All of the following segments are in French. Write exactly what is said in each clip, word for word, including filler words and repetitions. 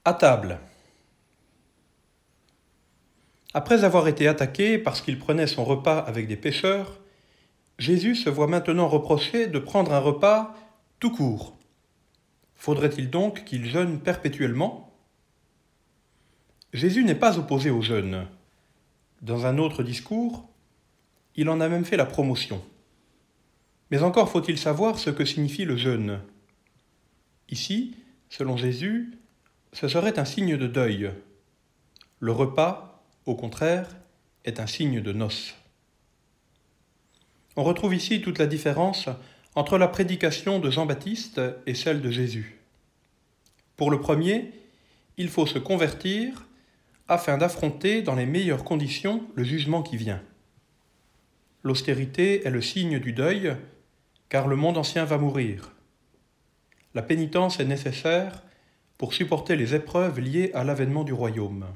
À table. Après avoir été attaqué parce qu'il prenait son repas avec des pêcheurs, Jésus se voit maintenant reprocher de prendre un repas tout court. Faudrait-il donc qu'il jeûne perpétuellement ? Jésus n'est pas opposé au jeûne. Dans un autre discours, il en a même fait la promotion. Mais encore faut-il savoir ce que signifie le jeûne. Ici, selon Jésus, ce serait un signe de deuil. Le repas, au contraire, est un signe de noces. On retrouve ici toute la différence entre la prédication de Jean-Baptiste et celle de Jésus. Pour le premier, il faut se convertir afin d'affronter dans les meilleures conditions le jugement qui vient. L'austérité est le signe du deuil, car le monde ancien va mourir. La pénitence est nécessaire pour supporter les épreuves liées à l'avènement du royaume.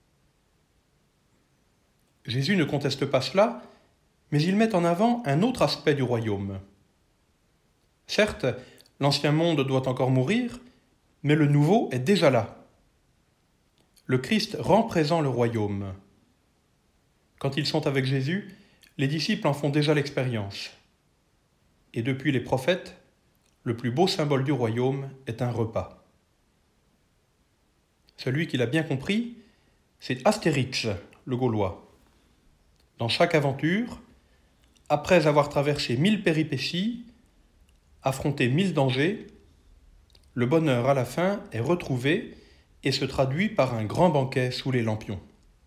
Jésus ne conteste pas cela, mais il met en avant un autre aspect du royaume. Certes, l'ancien monde doit encore mourir, mais le nouveau est déjà là. Le Christ rend présent le royaume. Quand ils sont avec Jésus, les disciples en font déjà l'expérience. Et depuis les prophètes, le plus beau symbole du royaume est un repas. Celui qui l'a bien compris, c'est Astérix, le Gaulois. Dans chaque aventure, après avoir traversé mille péripéties, affronté mille dangers, le bonheur à la fin est retrouvé et se traduit par un grand banquet sous les lampions.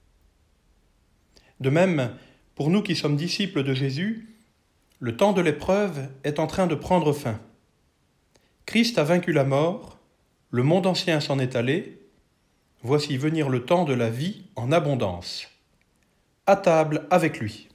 De même, pour nous qui sommes disciples de Jésus, le temps de l'épreuve est en train de prendre fin. Christ a vaincu la mort, le monde ancien s'en est allé, voici venir le temps de la vie en abondance. À table avec lui.